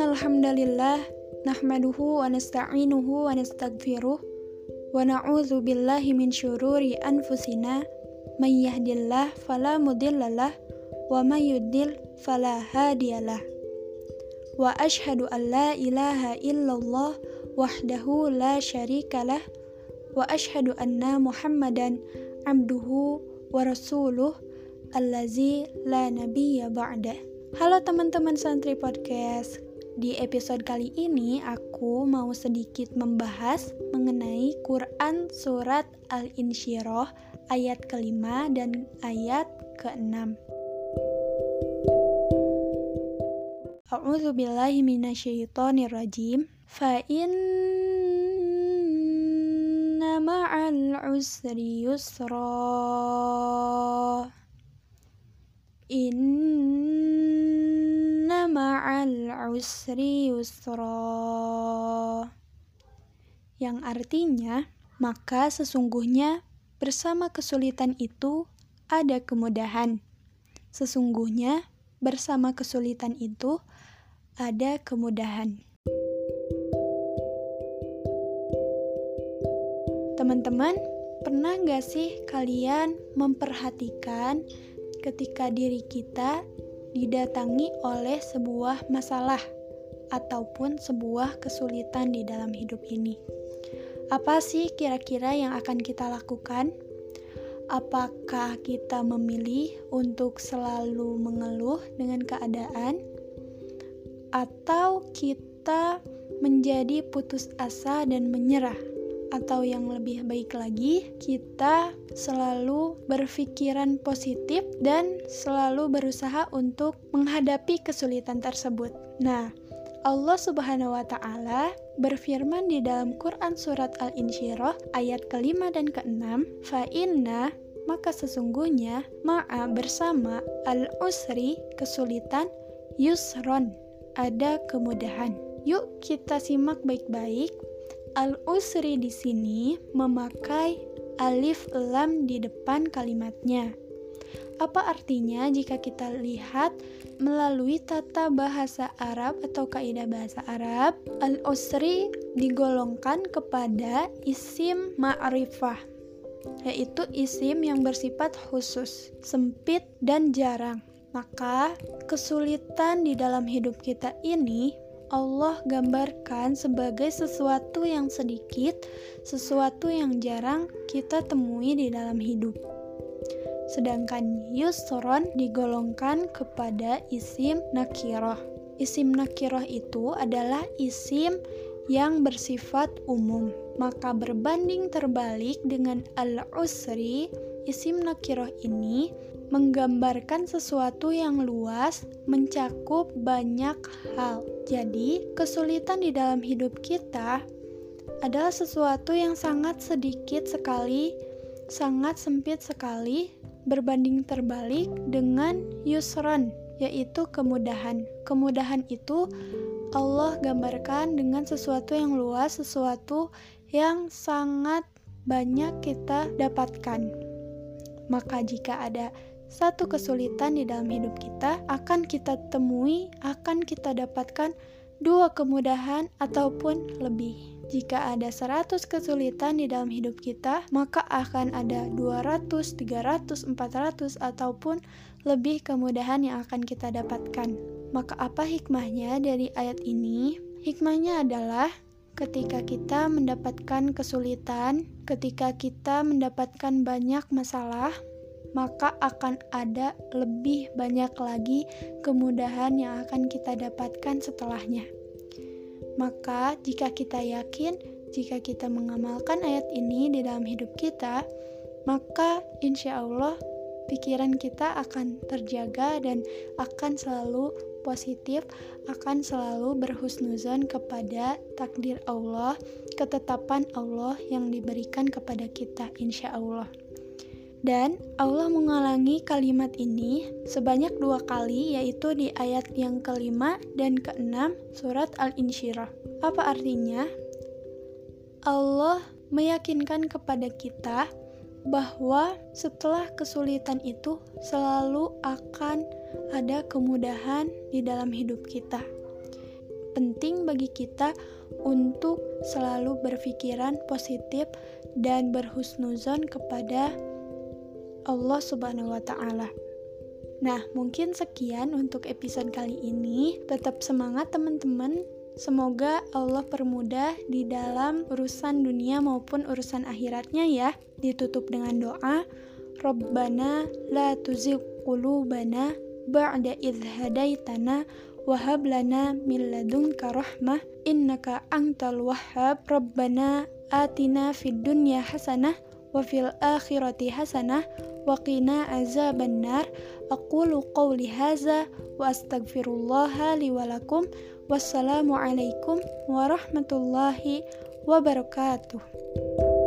Innal hamdalillah nahmaduhu wa nasta'inuhu wa nastaghfiruh wa na'udzu billahi min syururi anfusina may yahdihillahu fala mudhillalah wa may yudlil fala hadiyalah. Wa asyhadu an la ilaha illallah wahdahu la syarikalah wa asyhadu anna Muhammadan abduhu wa rasuluh allazi la nabiyya ba'dah. Halo teman-teman Santri Podcast. Di episode kali ini aku mau sedikit membahas mengenai Quran surat Al-Insyirah ayat ke-5 dan ayat ke-6. A'udzu billahi minasyaitonir rajim. Fa inna ma'al usri yusra. Inna ma'al usri yusra. Yang artinya, maka sesungguhnya bersama kesulitan itu ada kemudahan. Sesungguhnya bersama kesulitan itu ada kemudahan. Teman-teman, pernah gak sih kalian memperhatikan ketika diri kita didatangi oleh sebuah masalah ataupun sebuah kesulitan di dalam hidup ini? Apa sih kira-kira yang akan kita lakukan? Apakah kita memilih untuk selalu mengeluh dengan keadaan? Atau kita menjadi putus asa dan menyerah? Atau yang lebih baik lagi, kita selalu berpikiran positif dan selalu berusaha untuk menghadapi kesulitan tersebut. Nah, Allah Subhanahu wa Ta'ala berfirman di dalam Quran surat Al-Insyirah ayat ke-5 dan ke-6, fa inna, maka sesungguhnya, ma'a bersama, al-usri kesulitan, yusron ada kemudahan. Yuk kita simak baik-baik. Al-usri di sini memakai alif lam di depan kalimatnya. Apa artinya jika kita lihat melalui tata bahasa Arab atau kaidah bahasa Arab? Al-usri digolongkan kepada isim ma'rifah, yaitu isim yang bersifat khusus, sempit dan jarang. Maka kesulitan di dalam hidup kita ini Allah gambarkan sebagai sesuatu yang sedikit, sesuatu yang jarang kita temui di dalam hidup. Sedangkan yusron digolongkan kepada isim nakirah. Isim nakirah itu adalah isim yang bersifat umum. Maka berbanding terbalik dengan al-usri, isim nakirah ini menggambarkan sesuatu yang luas, mencakup banyak hal. Jadi, kesulitan di dalam hidup kita adalah sesuatu yang sangat sedikit sekali, sangat sempit sekali, berbanding terbalik dengan yusran, yaitu kemudahan. Kemudahan itu Allah gambarkan dengan sesuatu yang luas, sesuatu yang sangat banyak kita dapatkan. Maka jika ada satu kesulitan di dalam hidup kita, akan kita temui, akan kita dapatkan 2 kemudahan ataupun lebih. Jika ada 100 kesulitan di dalam hidup kita, maka akan ada 200, 300, 400 ataupun lebih kemudahan yang akan kita dapatkan. Maka apa hikmahnya dari ayat ini? Hikmahnya adalah ketika kita mendapatkan kesulitan, ketika kita mendapatkan banyak masalah, maka akan ada lebih banyak lagi kemudahan yang akan kita dapatkan setelahnya. Maka jika kita yakin, jika kita mengamalkan ayat ini di dalam hidup kita, maka insya Allah pikiran kita akan terjaga dan akan selalu positif, akan selalu berhusnuzon kepada takdir Allah, ketetapan Allah yang diberikan kepada kita insya Allah. Dan Allah mengulangi kalimat ini sebanyak 2 kali, yaitu di ayat yang ke-5 dan ke-6 surat Al-Insyirah. Apa artinya? Allah meyakinkan kepada kita bahwa setelah kesulitan itu selalu akan ada kemudahan di dalam hidup kita. penting bagi kita untuk selalu berpikiran positif dan berhusnuzon kepada Allah Subhanahu wa Ta'ala. Nah, mungkin sekian untuk episode kali ini. Tetap semangat teman-teman. Semoga Allah permudah di dalam urusan dunia maupun urusan akhiratnya ya. Ditutup dengan doa, Rabbana la tuzigh qulubana ba'da idh hadaitana wa hab lana min ladunka rahmah innaka antal wahhab. Rabbana atina fid dunya hasanah wa fil akhirati hasanah wa qina azabannar. Aqulu qawli hadza wa astaghfirullaha li wa lakum. Wassalamu alaikum warahmatullahi wabarakatuh.